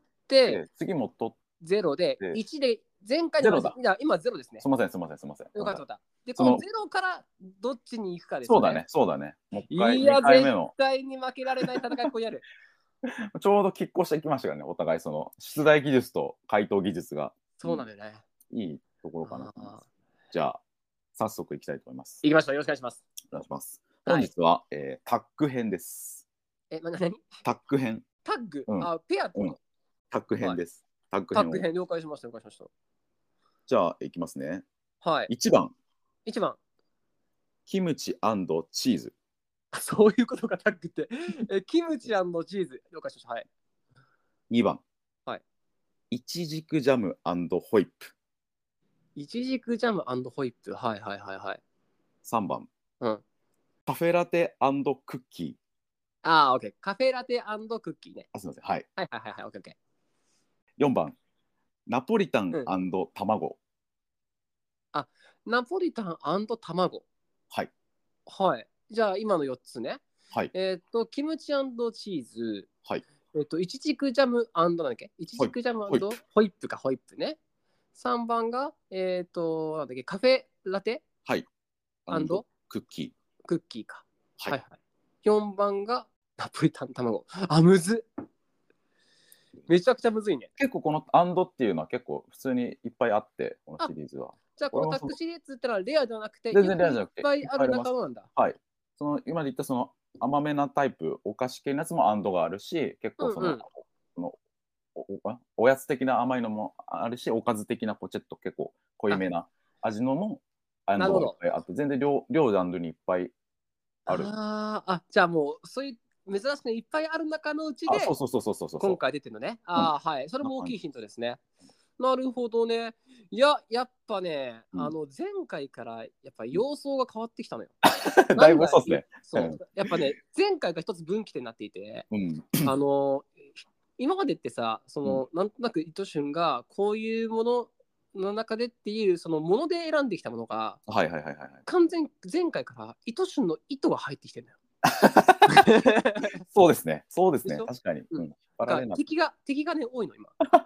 次も取って、 ゼロで、いちで、前回の今ゼロですね。 すみません、すみません、すみません。 よかった。で、このゼロからどっちに行くかですね。 そうだね、そうだね。 もう一回、いや、絶対に負けられない戦いをここやる。 ちょうど拮抗してきましたからね、お互いその出題技術と回答技術が。 そうなんだよね。 いいところかな。じゃあ、早速いきたいと思います。 いきましょう。よろしくお願いします。 お願いします。本日は、えー、タッグ編です。 え、なに？ タッグ編。 タッグ、あ、ペアってこと？ タッグ編です。 タッグ編。タッグ編、了解しました、了解しました。 じゃあ、いきますね。 はい。 いちばん。 いちばん。 キムチ&チーズ。 そういうことか、タッグって。え、キムチ&チーズ。了解しました。はい。 にばん。 はい。 イチジクジャム&ホイップ。 イチジクジャム&ホイップ。はいはいはいはい。 さんばん。 うん。 カフェラテ&クッキー。 ああ、オッケー。カフェラテ&クッキーね。 あ、すみません。はい。 はいはいはいはい。オッケーオッケー。 よんばん。ナポリタン&卵。うん、 あ、ナポリタン&卵。 はい。 はい。じゃあ、今のよっつね。 はい。 えっ、ー、と、キムチ&チーズ。 はい。 えっ、ー、と、イチジクジャム&なんだっけ？イチジクジャム&ホイップ、ホイップか、ホイップね。さんばんが、えっ、ー、と、なんだっけ、カフェラテ？ はい。 アンドクッキー。 クッキーか。 はい、はいはい。 よんばんがナポリタン卵。あ、むずっ。めちゃくちゃむずいね。 結構このアンドっていうのは結構普通にいっぱいあって、このシリーズは。 じゃあこのタッグシリーズってのはレアではなくて、 全然レアじゃなくていっぱいある仲間なんだ。 はい。その今で言ったその甘めなタイプ、お菓子系のやつもアンドがあるし、結構その、うんうん、その お, おやつ的な甘いのもあるし、おかず的なこうちょっと結構濃いめな味のもアンドがいっぱいあって、全然両両ジャンルにいっぱいある。 ああ、じゃあもうそういう珍しくいっぱいある中のうちで今回出てるのね。ああ、はい。それも大きいヒントですね。なるほどね。いや、やっぱね、うん、あの前回からやっぱ様相が変わってきたのよ。 だいぶそうですね。 そう。やっぱね、前回が一つ分岐点になっていて、 うん、 あの今までってさ、その、うん、なんとなく伊藤俊がこういうものの中でっていうそのもので選んできたものが、 はいはいはいはい、 完全前回から伊藤俊の意図が入ってきてるのよ。 そうですね。そうですね。確かに。うん、 敵が敵がね多いの今。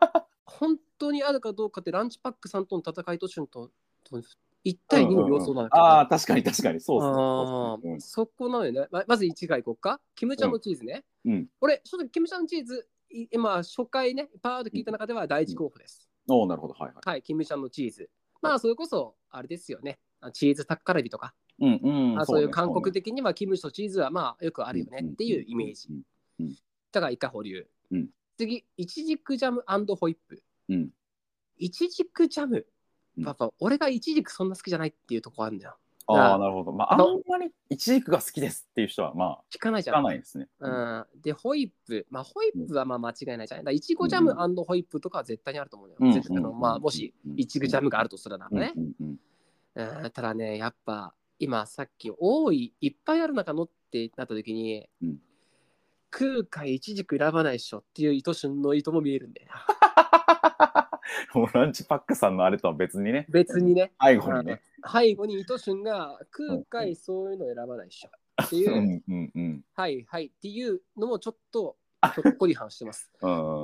本当にあるかどうかってランチパックさんとの戦いと瞬といち対にの様相なんだけど、 うんうんうん、ああ、確かに確かに、そうですね。 あー、うん、そこなのよね。ままずいちがいこうか。キムちゃんのチーズね。 うん、 俺、正直キムちゃんのチーズ、今、初回ね、パーッと聞いた中では第一候補です。 うん、おお、なるほど。はいはい。 はい、キムちゃんのチーズ。まあ、それこそ、あれですよね。チーズタッカルビとか。 うんうん、 あ、そういう韓国的にはキムチとチーズはまあよくあるよねっていうイメージ。だからイカ保留。うん、次、イチジクジャム&ホイップ。うん、イチジクジャム。やっぱ俺がイチジクそんな好きじゃないっていうとこあるんだよ。 ああ、なるほど。まあ、あんまりイチジクが好きですっていう人はまあ聞かないじゃん。 聞かないですね。 うん、で、ホイップ。まあ、ホイップはまあ間違いないじゃん。だイチゴジャム&ホイップとかは絶対にあると思うよ。うん、絶対のまあ、もしイチゴジャムがあるとするならね。うんうんうん、ただね、やっぱ今さっき多いいっぱいある中のってなった時に、うん、食うかイチジク選ばないっしょっていう糸旬の糸も見えるんでもうランチパックさんのあれとは別にね別にね背後にね背後に糸旬が食うかいそういうの選ばないっしょっていううんうん、うん、はいはいっていうのもちょっとひょっこり反してますうん、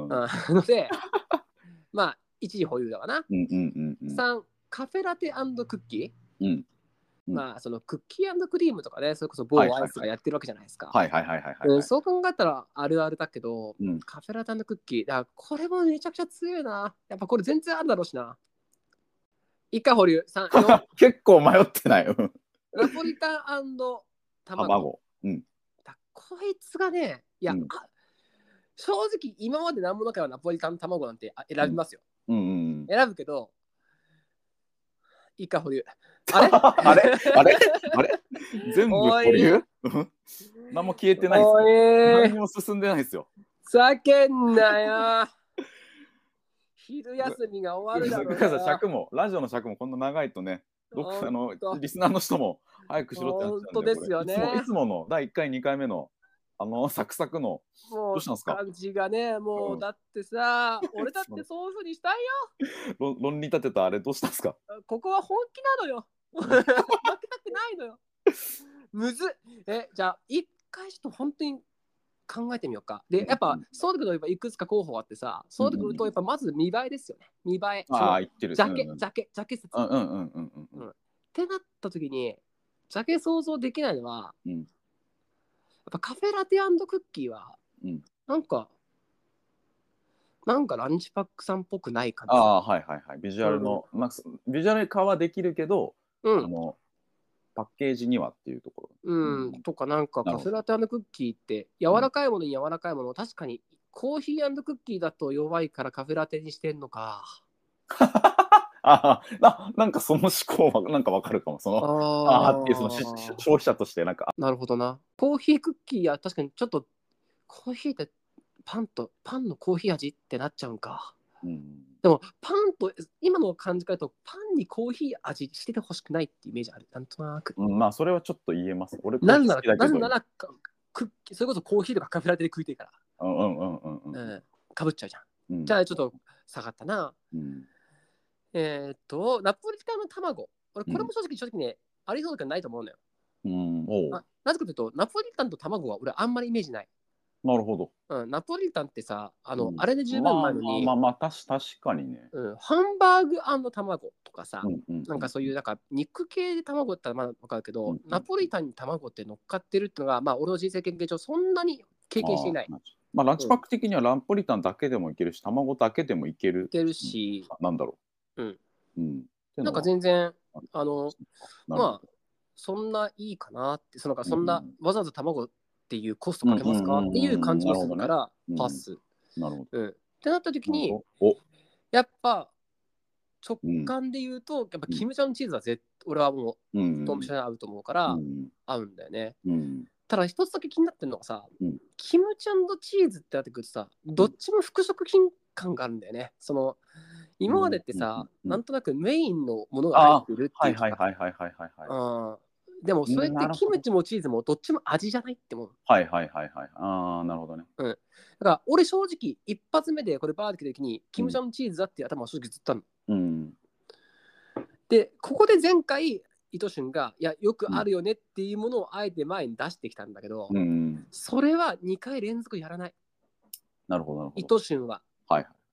のでまあ一時保有だわな、うんうんうんうん、さんカフェラテ&クッキー、うんうん、まあそのクッキー&クリームとかね、それこそ某アイスがやってるわけじゃないですか。はいはいはいはい、はい、そう考えたらあるあるだけど、うん、カフェラテ&クッキー、だからこれもめちゃくちゃ強いな。やっぱこれ全然あるだろうしな。以下保留さん、よん結構迷ってないよ。 ナポリタン&卵。卵、うん、だこいつがね、いや、うん、正直今まで何もなければナポリタン卵なんて選びますよ。うんうんうん、選ぶけど、以下保留。あれあれあれあれ全部保留何も消えてないですよ。何も進んでないですよ。 叫んなよ。昼休みが終わるだろうよ。 尺もラジオの尺もこんな長いとね、どっかのリスナーの人も早くしろってなっちゃうんで。 本当ですよね。 いつも、いつものだいいっかいにかいめのあのサクサクのもうどうしたんですか感じがね、もう、うん、だってさ、俺だってそういうふうにしたいよ。論理立てたあれどうしたんですか。 ここは本気なのよ。負けたくないのよ。むずえ、じゃあ一回ちょっと本当に考えてみようか。で、やっぱそうだけどいくつか候補あってさ、そうだけどやっぱまず見栄えですよね。見栄え。 ああ、言ってる。 ジャケ、ジャケ、ジャケ説。 うんうんうんうんうん。 ってなった時に、ジャケ想像できないのは、うん、やっぱカフェラテ&クッキーは、うん、なんか、なんかランチパックさんっぽくない感じ。 ああ、はいはいはい。ビジュアルの、うん、まあ、ビジュアル化はできるけど、うん、あのパッケージにはっていうところ。 うん、うん、とかなんかカフェラテ&クッキーって柔らかいものに柔らかいもの、うん、確かにコーヒー&クッキーだと弱いからカフェラテにしてんのか。 あななんかその思考はなんかわかるかも。そのああっていうその消費者としてなんか。 なるほどな。コーヒークッキーは確かにちょっとコーヒーってパンとパンのコーヒー味ってなっちゃうんか。うん、でもパンと今の感じからとパンにコーヒー味しててほしくないってイメージある。なんとなく。 うん、まあそれはちょっと言えます。俺なんならなぜならクッキーそれこそコーヒーとかカフェラテで食いてるから。 うんうんうんうんうん。 うん、かぶっちゃうじゃん。うん、じゃあちょっと下がったな。うん、えー、っとナポリタンの卵。俺これも正直、うん、正直ねありそうだけどないと思うのよ。うん、おなぜかというとナポリタンと卵は俺あんまりイメージない。なるほど、 うん。ナポリタンってさ、あの、うん、あれで十分前のに、 まあまあまあ、まあ、確かにね、 うん。ハンバーグ&卵とかさ、うんうんうん、なんかそういうなんか肉系で卵ってまだ分かるけど、うんうん、ナポリタンに卵って乗っかってるっていうのが、まあ俺の人生経験上そんなに経験していない。 あまあランチパック的にはランポリタンだけでもいけるし、うん、卵だけでもいける。 いけるし、 うん、なんだろう。うん。うん、なんか全然、あの、まあ、そんないいかなって、そのそんな、うん、わざわざ卵っていうコストかけますかっていう感じもするから、パス。なるほど。うん。ってなった時に、やっぱ直感で言うと、やっぱキムチャンチーズは絶俺はもう、ドンピシャに合うと思うから、合うんだよね。ただ一つだけ気になってるのがさ、キムチャンチーズってなってくるとさ、どっちも服飾品感があるんだよね。その今までってさ、なんとなくメインのものが入ってるっていうか。はいはいはいはいはいはい。でもそれってキムチもチーズもどっちも味じゃないってもん。 はいはいはいはい。ああ、なるほどね。 うん。だから俺正直一発目でこれバーって来た時にキムチャンチーズだって頭正直ずっとあるの。うん。で、ここで前回伊藤俊がいやよくあるよねっていうものをあえて前に出してきたんだけど、うん、それはにかい連続やらない。 なるほどなるほど。 伊藤俊は。 はい。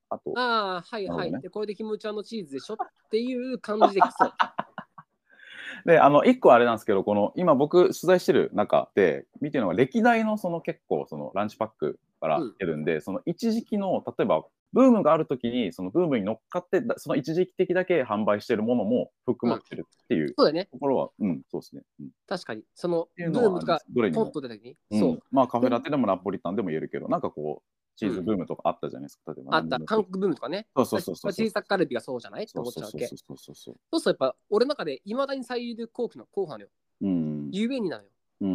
あとああ、はいはい、 ね、 でこれでキムちゃんのチーズでしょっていう感じできそう。 で、あのいっこあれなんですけど、この今僕取材してる中で見てるのが歴代のその結構そのランチパックから出るんで、うん、その一時期の例えばブームがあるときにそのブームに乗っかってその一時期的だけ販売してるものも含まってるっていう、うん、そうだね、ところは、うん、そうですね、うん、 確かにそのブームとかポンと出た時に、 うん、そう、まあカフェラテでもナポリタンでも言えるけど、なんかこうチーズブームとかあったじゃないですか。 例えばあった、韓国ブームとかね。 そうそうそうそう。 チーズタッカルビがそうじゃないって思っちゃうわけ。そうそうそうそう。そうするとやっぱ俺の中でいまだに最優候補の候補なのよ。うん。ゆえになのよ。うん。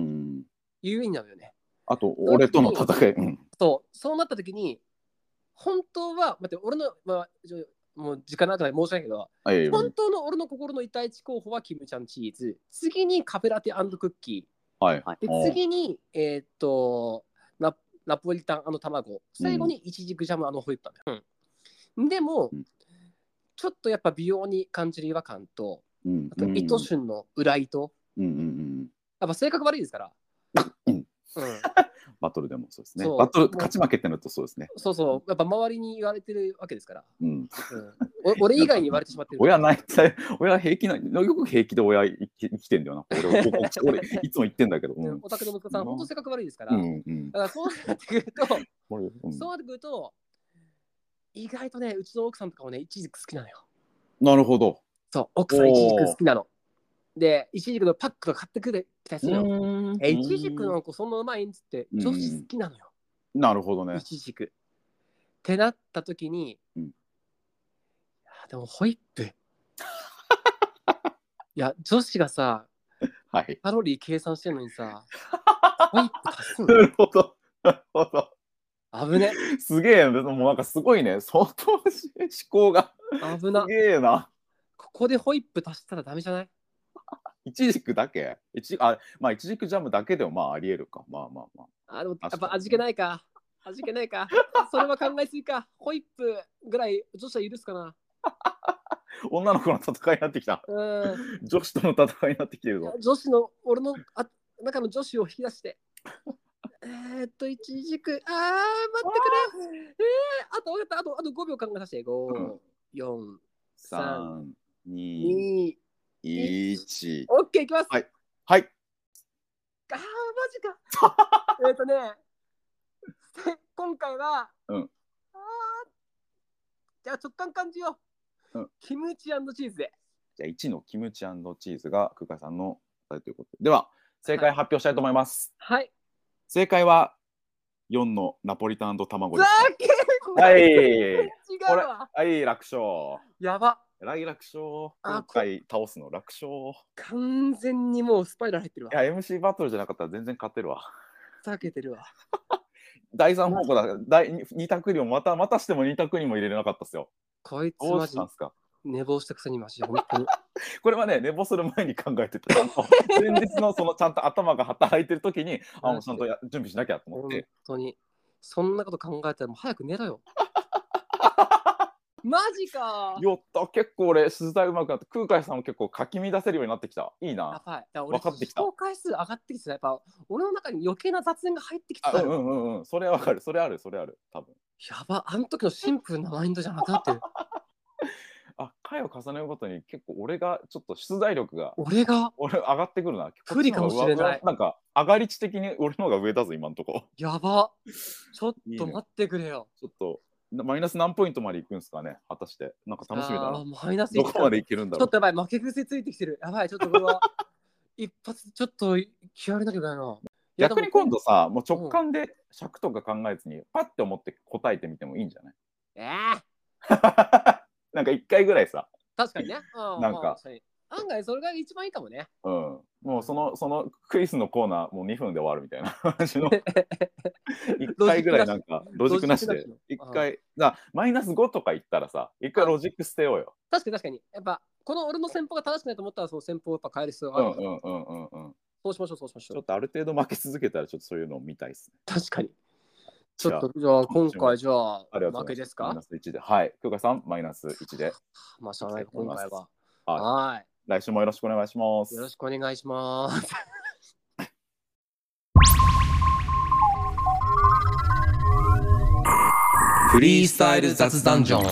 ゆえになのよね。 あと俺との戦い。うん。 そう、そうなった時に本当は待って俺のまあもう時間なくて申し訳ないけど、本当の俺の心の第一候補はキムちゃんチーズ、次にカフェラテ&クッキー、はい。で次にえー、っとナナポリタン卵、最後にイチジクジャムホイップなんだよ、うん、でも、うん、ちょっとやっぱ美容に感じる違和感と、うん、あと糸旬の裏糸、うんうんうん、やっぱ性格悪いですから、うんうん、 バトルでもそうですね。バトル勝ち負けってのとそうですね。 そうそう、やっぱ周りに言われてるわけですから、うんうん、俺以外に言われてしまってる。 親ない親平気な、よく平気で親生き、生きてんだよな。俺、俺いつも言ってんだけど。 お宅の息子さん、本当性格悪いですから、うんうん、だからそうなってくると、うん、そうなってくると、意外とね、うちの奥さんとかもね、イチジク好きなのよ。 なるほど。 そう、奥さんイチジク好きなの。で、イチジクのパックとか買ってくれたりするの。え、イチジクの子そんなうまいんつって、女子好きなのよ。 なるほどね。 イチジク。ってなった時に、うん、いやでもホイップ。いや、女子がさ、はい、カロリー計算してるのにさ、ホイップ足すの。 なるほど。なるほど。 危ね。 すげえ、もうなんかすごいね。相当思考が。 危な。 すげえな。 ここでホイップ足したらダメじゃない？ イチジクだけいちあ、まあ、イチジクジャムだけでもまあありえるか。まあまあまあ。あのやっぱ味気ないか。味気ないか。それは考えすぎか。ホイップぐらい女子は許すかな。 女の子の戦いになってきた。うん、女子との戦いになってきてるぞ。 女子の、俺のあ中の女子を引き出して。えーっと、イチジク、あー、待ってくれ。えー、あと、あと、あとごびょう考えさせて。ご、よん、さん、に、いち。オッケー、いきます。 はい。はい。 あー、マジか。えっとね、今回は、うん、あじゃあ直感感じよう、うん。キムチ&チーズで。 じゃあいちのキムチ&チーズが空海さんの答えということで。では、正解発表したいと思います。 はい。 正解はよんのナポリタン卵です。 ざけーはい。違うわ。 はい、楽勝。 やば。 来楽勝。今回倒すの楽勝。 完全にもうスパイラル入ってるわ。 いや、エムシー バトルじゃなかったら全然勝てるわ。 避けてるわ。 だいさん方向だ。だいに択にもまたまたしてもに択にも入れれなかったっすよ。 こいつどうしたんすか。 寝坊したくせにマジ本当に。 これはね、寝坊する前に考えてた。前日のそのちゃんと頭が働いてる時に、あ、もうちゃんとや準備しなきゃと思って。 本当に。そんなこと考えたらもう早く寝ろよ。マジか。 よった、結構俺取材うまくなって、空海さんも結構かき乱せるようになってきた。いいな。 やばい。分かってきた。紹介数上がってきて、やっぱ俺の中に余計な雑念が入ってきてた。 うんうんうんうん。それはわかる。それある。それある。多分。 やば。あの時のシンプルなマインドじゃなくなってる。 あ、回を重ねるごとに結構俺がちょっと出題力が俺が俺上がってくるな。 不利かもしれない。 なんか上がり値的に俺の方が上だぞ今のとこ。 やば。ちょっと待ってくれよ。 いいね、ちょっとマイナス何ポイントまでいくんですかね。果たしてなんか楽しみだな。 マイナスどこまでいけるんだろう。 ちょっとやばい、負け癖ついてきてる。やばい、ちょっとこれは一発ちょっと気合れなきゃいけないな。 逆に今度さ、もう直感で尺とか考えずにパッて思って答えてみてもいいんじゃない？ ええー、なんか一回ぐらいさ。 確かにね。 なんか案外それが一番いいかもね。 うん。もうそのそのクイズのコーナーもうにふんで終わるみたいな話の一回ぐらいなんかロジックなしで一回だマイナスごとか言ったらさ一回ロジック捨てようよ。 確かに確かにやっぱこの俺の戦法が正しくないと思ったらその戦法をやっぱ変える必要がある。 うんうんうんうんうん。 そうしましょうそうしましょう。 ちょっとある程度負け続けたらちょっとそういうのを見たいですね。 確かに。ちょっとじゃあ今回じゃあ負けですか？ マイナスいちで。はい。空海さんマイナスいちで。 まあしゃあない今回は。 はい。来週もよろしくお願いします。 よろしくお願いします。 フリースタイル雑談ジョン。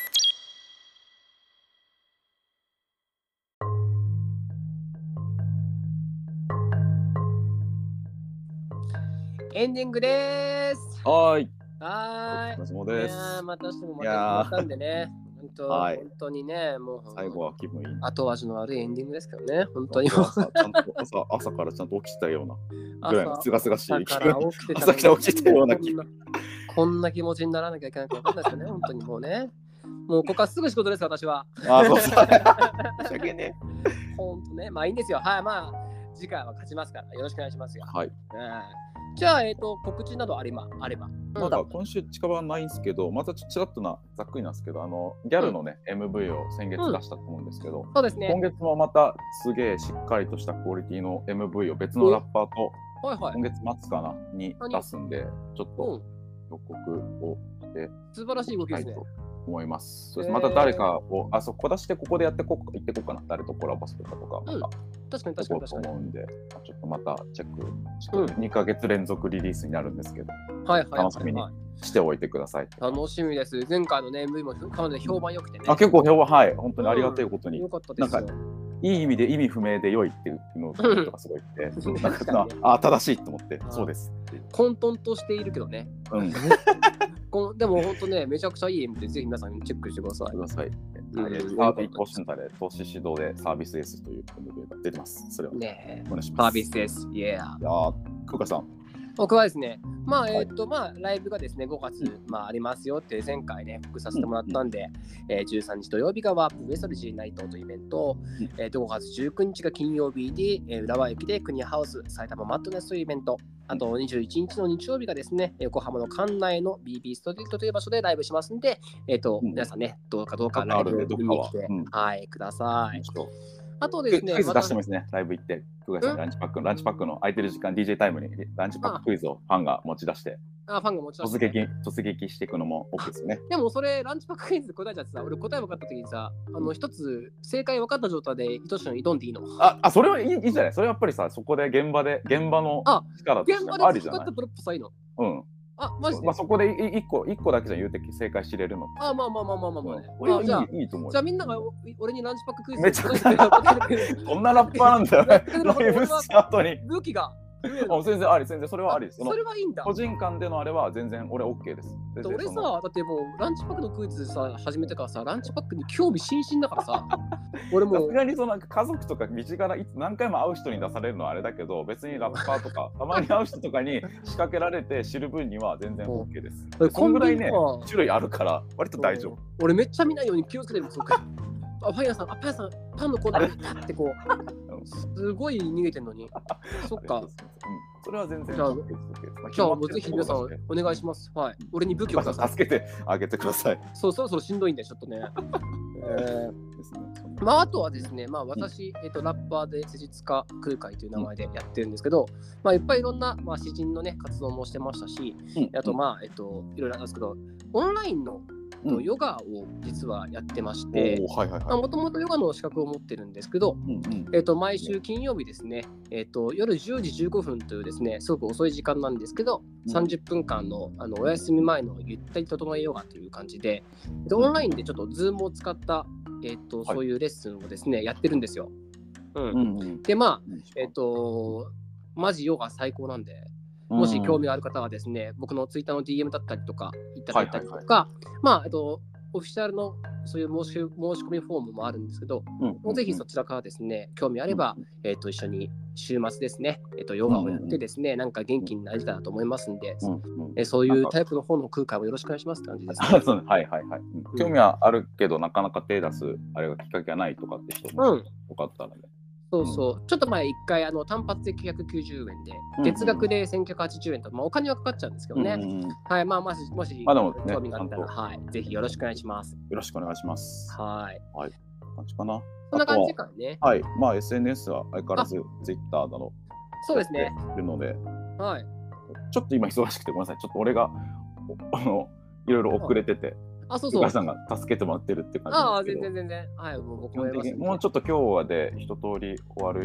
エンディングでーす。 はーい。 はーい。 お疲れ様です。 いやーまたしてもまたやったんでね。本当、 はい本当にね、もう最後は気分いい。 後味の悪いエンディングですけどね、本当に。 朝ちゃんと朝朝からちゃんと起きてたようなぐらいのすがすがしい朝から起きてた朝から起きてたような気こんなこんな気持ちにならなきゃいけないか分かんないですよね、本当にもうね。もうここからすぐ仕事です、私は。 ああ、そうそう。申し訳ね。 本当ね、まあいいんですよ。はい、まあ次回は勝ちますから、よろしくお願いしますよ。 はい。 うんじゃあ、えっ、と、告知などあれば、あれば。 なんか今週近場はないんですけど、またちちらっとな、ざっくりなんですけど、あの、ギャルのね、うん、エムブイ を先月出したと思うんですけど、 うん、そうですね。 今月もまたすげえしっかりとしたクオリティの エムブイ を別のラッパーと、 はいはい、 今月末かなに出すんで、ちょっと予告をして素晴らしい動きですね。 思います。そうです。また誰かを、あそこ出してここでやってこ行ってこうかな、誰とコラボするかとか、 うん、 また確かに確かに確かに。 思うんで、ちょっとまたチェック、ちょっとにかげつ連続リリースになるんですけど、 はいはい、 楽しみにしておいてください。 楽しみです。前回のね、エムブイ もかなり評判良くてね。 あ、結構評判、はい、本当にありがたいことに。 よかったですよ。 なんかいい意味で意味不明で良いっていうのがすごいって、なんかあ、正しいと思って、そうです。 混沌としているけどね。 うん。 でも本当ね、めちゃくちゃいい エム で、ぜひ皆さんチェックしてください。 ください。サービス投資の投資指導でサービス S という エムブイ が出てます。それはね、 お願いします。 サービス S、イエー。 いやー、久我さん。 僕はですね、まあ、えっ、ー、と、まあ、ライブがですね、ごがつ、まあ、ありますよって前回ね、復させてもらったんで、うんえー、じゅうさんにち土曜日がワープウエストル G ナイトというイベント、うんえー、とごがつじゅうくにちが金曜日で、えー、浦和駅で国ハウス埼玉マットネスというイベント、あとにじゅういちにちの日曜日がですね、横浜の館内の ビービー ストリートという場所でライブしますんで、えっ、ー、と、うん、皆さんね、どうかどうかライブ見に来て、うん、はい、ください。あとですね、 クイズ出してますね、ライブ行って、久我さんランチパックのランチパックの空いてる時間、ディージェー タイムにランチパッククイズをファンが持ち出して、 ああファンが持ち出して、 ね、突撃、突撃していくのも OK ですね。 でもそれ、ランチパッククイズ答えちゃってさ、俺答え分かった時にさ、あの一つ正解分かった状態で一つの挑んでいいの？ ああ、それはいい、いいじゃない。それはやっぱりさ、そこで現場で、現場の力としてありじゃない。現場で使ったドロップさいいの？ うん。 あ、マジで？ まあ、そこでいっこ、いっこだけじゃ言うて正解知れるの。 あ、まあまあまあまあまあまあ、ね。 うん、あじゃあいいと思う。じゃあみんなが俺にランチパッククイズめちゃくちゃこんなラッパーなんだよね。ライブスタートに。 武器が。 あ全然あり、全然それはありです。 それはいいんだ。 個人間でのあれは全然俺 OK です。 俺さ、だってもうランチパックのクイズさ、始めてからさ、ランチパックに興味津々だからさ、俺も。 さすがにその家族とか身近ないつ何回も会う人に出されるのはあれだけど、別にラッパーとか、たまに会う人とかに仕掛けられて知る分には全然 OK です。こんぐらいね、種類あるから、割と大丈夫。 俺めっちゃ見ないように気をつけてるんですよ。あ、パン屋さん、あ、パン屋さん、パンのコーナーってこう、すごい逃げてんのに。そっか。 それは全然。 じゃあ、じゃあもうぜひ皆さんお願いします。はい。俺に武器をください。 助けてあげてください。 そう、そろそろしんどいんで、ちょっとね。えー、まあ、あとはですね、まあ、私、えっと、ラッパーで施術家空海という名前でやってるんですけど、まあ、いっぱいいろんな、まあ、詩人のね、活動もしてましたし、あと、まあ、えっと、いろいろあるんですけど、オンラインのとヨガを実はやってまして、もともとヨガの資格を持ってるんですけど、うんうん、えー、と毎週金曜日ですね、えー、と夜じゅうじじゅうごふんというですね、すごく遅い時間なんですけど、うん、さんじゅっぷんかんの、あのお休み前のゆったり整えヨガという感じで、でオンラインでちょっとズームを使った、えーと、そういうレッスンをですね、やってるんですよ。うんうんうん、で、まあ、えっ、ー、と、マジヨガ最高なんで、もし興味がある方はですね、うん、僕のツイッターの ディーエム だったりとかいただいたりとか、はいはいはい、まあ、えっと、オフィシャルのそういう申し、申し込みフォームもあるんですけど、うんうんうん、ぜひそちらからですね、興味あれば、うんうん、えっと、一緒に週末ですね、えっと、ヨガをやってですね、うんうん、なんか元気になりたいなと思いますんで、うんうん、えそういうタイプの方の空間もよろしくお願いしますって感じです、ね。 はいはいはい。うん、興味はあるけど、なかなか手出す、あれがきっかけがないとかって人も多かったので。うんそうそう、うん、ちょっと前一回あの単発できゅうひゃくきゅうじゅうえんで、月額でせんきゅうひゃくはちじゅうえんと、まあ、お金はかかっちゃうんですけどね。うんうんうん、はい、まあ、もし、もし、 まあね、 興味があったら、はい、ぜひよろしくお願いします。 よろしくお願いします。 はい。 はい。感じかな。 そんな感じかね。 はい。まあ、エスエヌエス は相変わらず Twitter などそうですね。 いるので、 はい。 ちょっと今忙しくてごめんなさい。ちょっと俺が、あの、いろいろ遅れてて。 あ、そうそう。 お母さんが助けてもらってるって感じですけど。 ああ、全然全然。はい、もう僕ももうちょっと今日はで一通り終わる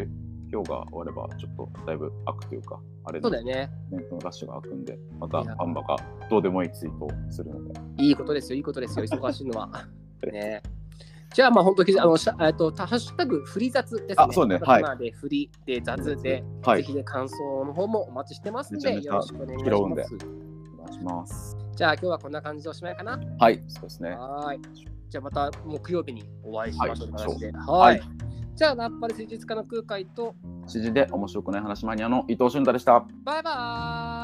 今日が終わればちょっとだいぶ開くというか、あれそうだよね。 イベントのラッシュが開くんで、またパンバがどうでもいいツイートをするので。 いいことですよ、いいことですよ、忙しいのは。ね。じゃあ、まあ本当に、あの、しゃえっと、ハッシュタグ、振り雑ですね。 あ、そうね、はい。 で、振りで雑で、 はい、 ぜひね、感想の方もお待ちしてますんで、よろしくお願いします。 拾うんで、お願いします。 じゃあ、今日はこんな感じでおしまいかな。 はい、そうですね。 はい。じゃあ、また木曜日にお会いしましょう。 はい、 で。はい。 はい、 じゃあ、ナッパレ水術家の空海と、 知事で面白くない話マニアの伊藤俊太でした。 バイバーイ。